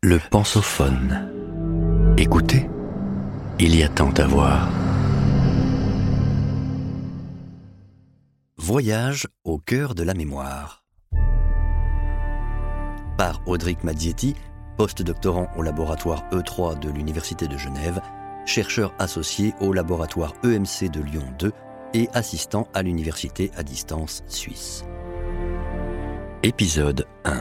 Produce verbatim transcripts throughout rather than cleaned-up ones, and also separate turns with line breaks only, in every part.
Le pensophone. Écoutez, il y a tant à voir. Voyage au cœur de la mémoire. Par Audric Mazzietti, post-doctorant au laboratoire E trois de l'Université de Genève, chercheur associé au laboratoire E M C de Lyon deux et assistant à l'université à distance suisse. Épisode un.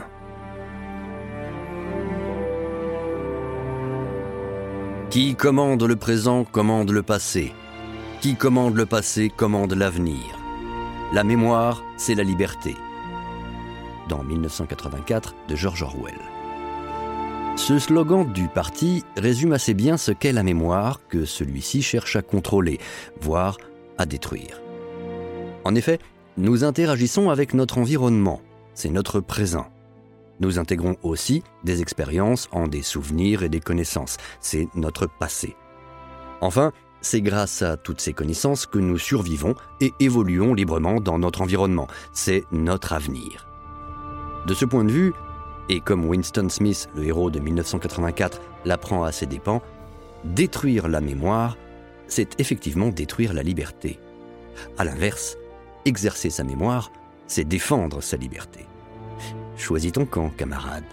Qui commande le présent commande le passé. Qui commande le passé commande l'avenir. La mémoire, c'est la liberté. Dans dix-neuf cent quatre-vingt-quatre de George Orwell. Ce slogan du parti résume assez bien ce qu'est la mémoire que celui-ci cherche à contrôler, voire à détruire. En effet, nous interagissons avec notre environnement, c'est notre présent. Nous intégrons aussi des expériences en des souvenirs et des connaissances, c'est notre passé. Enfin, c'est grâce à toutes ces connaissances que nous survivons et évoluons librement dans notre environnement, c'est notre avenir. De ce point de vue, et comme Winston Smith, le héros de dix-neuf cent quatre-vingt-quatre, l'apprend à ses dépens, détruire la mémoire, c'est effectivement détruire la liberté. À l'inverse, exercer sa mémoire, c'est défendre sa liberté. Choisis ton camp, camarade.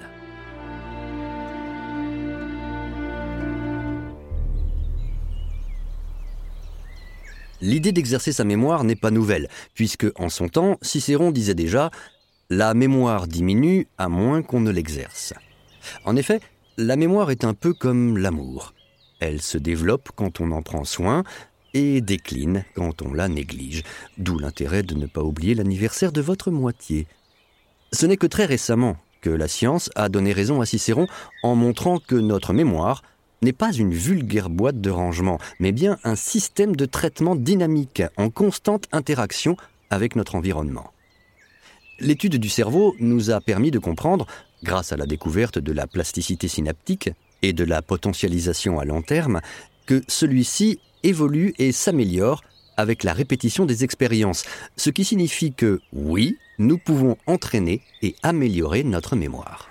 L'idée d'exercer sa mémoire n'est pas nouvelle, puisque, en son temps, Cicéron disait déjà « La mémoire diminue à moins qu'on ne l'exerce ». En effet, la mémoire est un peu comme l'amour. Elle se développe quand on en prend soin et décline quand on la néglige, d'où l'intérêt de ne pas oublier l'anniversaire de votre moitié. Ce n'est que très récemment que la science a donné raison à Cicéron en montrant que notre mémoire n'est pas une vulgaire boîte de rangement, mais bien un système de traitement dynamique en constante interaction avec notre environnement. L'étude du cerveau nous a permis de comprendre, grâce à la découverte de la plasticité synaptique et de la potentialisation à long terme, que celui-ci évolue et s'améliore avec la répétition des expériences, ce qui signifie que, oui, nous pouvons entraîner et améliorer notre mémoire.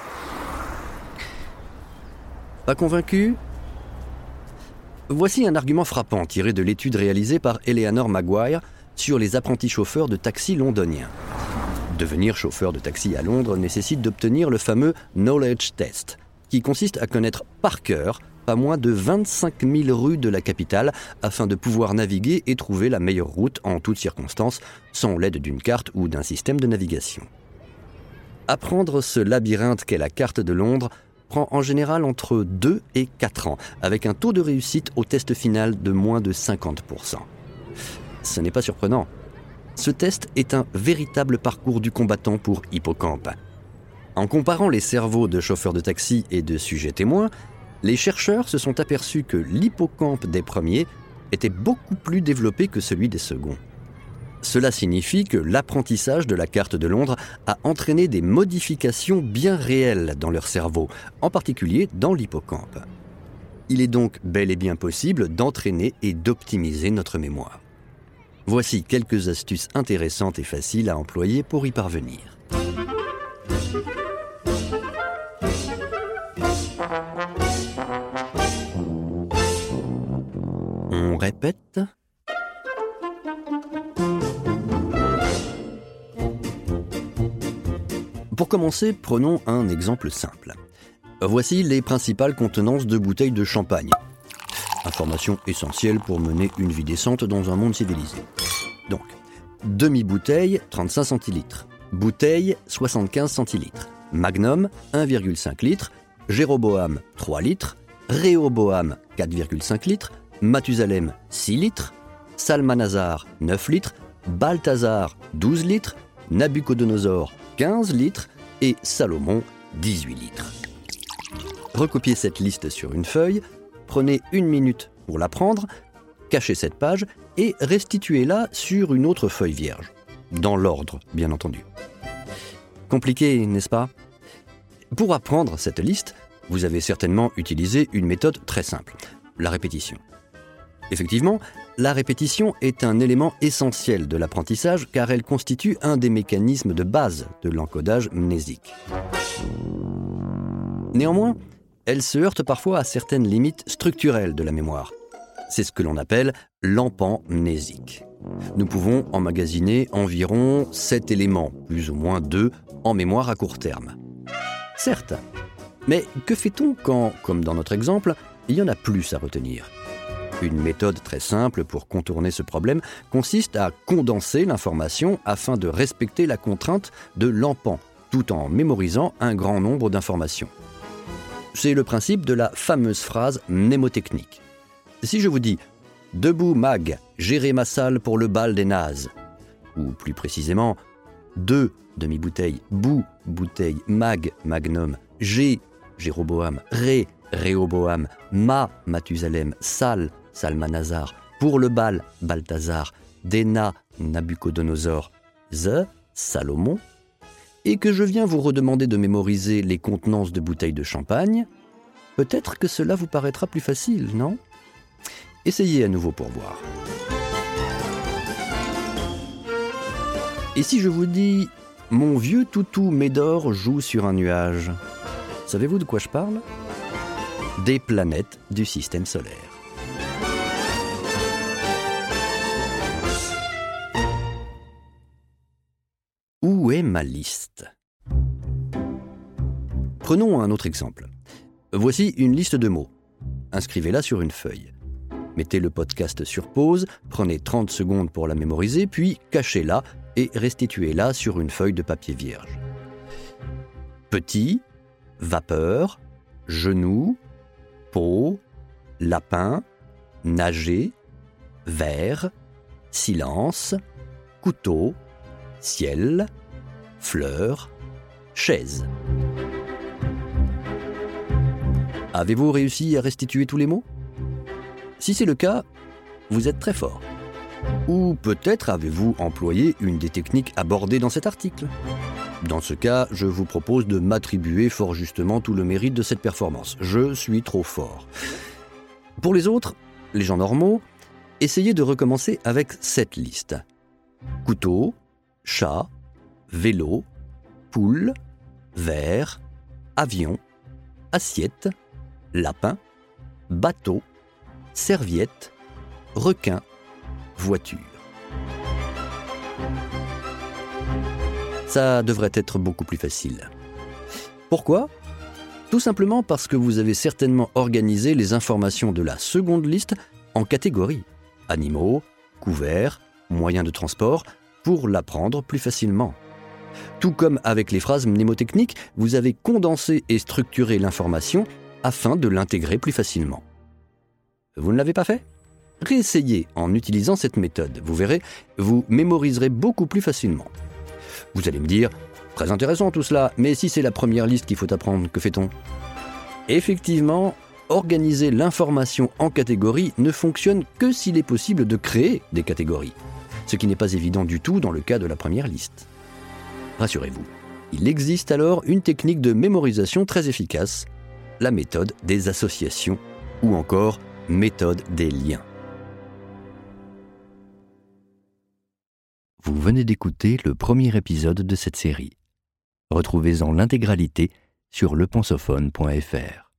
Pas convaincu ? Voici un argument frappant tiré de l'étude réalisée par Eleanor Maguire sur les apprentis chauffeurs de taxi londoniens. Devenir chauffeur de taxi à Londres nécessite d'obtenir le fameux Knowledge Test, qui consiste à connaître par cœur pas moins de vingt-cinq mille rues de la capitale afin de pouvoir naviguer et trouver la meilleure route en toutes circonstances, sans l'aide d'une carte ou d'un système de navigation. Apprendre ce labyrinthe qu'est la carte de Londres prend en général entre deux et quatre ans, avec un taux de réussite au test final de moins de cinquante pour cent. Ce n'est pas surprenant. Ce test est un véritable parcours du combattant pour Hippocampe. En comparant les cerveaux de chauffeurs de taxi et de sujets témoins, les chercheurs se sont aperçus que l'hippocampe des premiers était beaucoup plus développé que celui des seconds. Cela signifie que l'apprentissage de la carte de Londres a entraîné des modifications bien réelles dans leur cerveau, en particulier dans l'hippocampe. Il est donc bel et bien possible d'entraîner et d'optimiser notre mémoire. Voici quelques astuces intéressantes et faciles à employer pour y parvenir. On répète. Pour commencer, prenons un exemple simple. Voici les principales contenances de bouteilles de champagne. Information essentielle pour mener une vie décente dans un monde civilisé. Donc, demi-bouteille, trente-cinq centilitres. Bouteille, soixante-quinze centilitres. Magnum, un virgule cinq litres. Jéroboam, trois litres. Réhoboam, quatre virgule cinq litres. Mathusalem, six litres. Salmanazar, neuf litres. Balthazar, douze litres. Nabucodonosor, quinze litres. Et Salomon, dix-huit litres. Recopiez cette liste sur une feuille. Prenez une minute pour la prendre, cachez cette page et restituez-la sur une autre feuille vierge. Dans l'ordre, bien entendu. Compliqué, n'est-ce pas ? Pour apprendre cette liste, vous avez certainement utilisé une méthode très simple, la répétition. Effectivement, la répétition est un élément essentiel de l'apprentissage car elle constitue un des mécanismes de base de l'encodage mnésique. Néanmoins, elle se heurte parfois à certaines limites structurelles de la mémoire. C'est ce que l'on appelle l'empamnésique. Nous pouvons emmagasiner environ sept éléments, plus ou moins deux, en mémoire à court terme. Certes, mais que fait-on quand, comme dans notre exemple, il y en a plus à retenir ? Une méthode très simple pour contourner ce problème consiste à condenser l'information afin de respecter la contrainte de l'empan, tout en mémorisant un grand nombre d'informations. C'est le principe de la fameuse phrase mnémotechnique. Si je vous dis « Debout, Mag, gérez ma salle pour le bal des nazes », ou plus précisément « Deux, demi-bouteille, bout, bouteille, Mag, magnum, G, Jéroboam, Ré, Réoboam, Ma, Mathusalem, Sal, Salmanazar, pour le bal, Balthazar, Déna, Nabucodonosor, Z, Salomon, et que je viens vous redemander de mémoriser les contenances de bouteilles de champagne, peut-être que cela vous paraîtra plus facile, non ? Essayez à nouveau pour voir. Et si je vous dis « Mon vieux toutou Médor joue sur un nuage », savez-vous de quoi je parle ? Des planètes du système solaire. Où est ma liste ? Prenons un autre exemple. Voici une liste de mots. Inscrivez-la sur une feuille. Mettez le podcast sur pause, prenez trente secondes pour la mémoriser, puis cachez-la et restituez-la sur une feuille de papier vierge. Petit, vapeur, genou, peau, lapin, nager, verre, silence, couteau, ciel, fleur, chaise. Avez-vous réussi à restituer tous les mots ? Si c'est le cas, vous êtes très fort. Ou peut-être avez-vous employé une des techniques abordées dans cet article. Dans ce cas, je vous propose de m'attribuer fort justement tout le mérite de cette performance. Je suis trop fort. Pour les autres, les gens normaux, essayez de recommencer avec cette liste. Couteau, chat, vélo, poule, verre, avion, assiette, lapin, bateau, serviette, requin, voiture. Ça devrait être beaucoup plus facile. Pourquoi ? Tout simplement parce que vous avez certainement organisé les informations de la seconde liste en catégories. Animaux, couverts, moyens de transport, pour l'apprendre plus facilement. Tout comme avec les phrases mnémotechniques, vous avez condensé et structuré l'information afin de l'intégrer plus facilement. Vous ne l'avez pas fait ? Réessayez en utilisant cette méthode. Vous verrez, vous mémoriserez beaucoup plus facilement. Vous allez me dire, très intéressant tout cela, mais si c'est la première liste qu'il faut apprendre, que fait-on ? Effectivement, organiser l'information en catégories ne fonctionne que s'il est possible de créer des catégories, ce qui n'est pas évident du tout dans le cas de la première liste. Rassurez-vous, il existe alors une technique de mémorisation très efficace, la méthode des associations ou encore méthode des liens. Vous venez d'écouter le premier épisode de cette série. Retrouvez-en l'intégralité sur le pensophone point f r.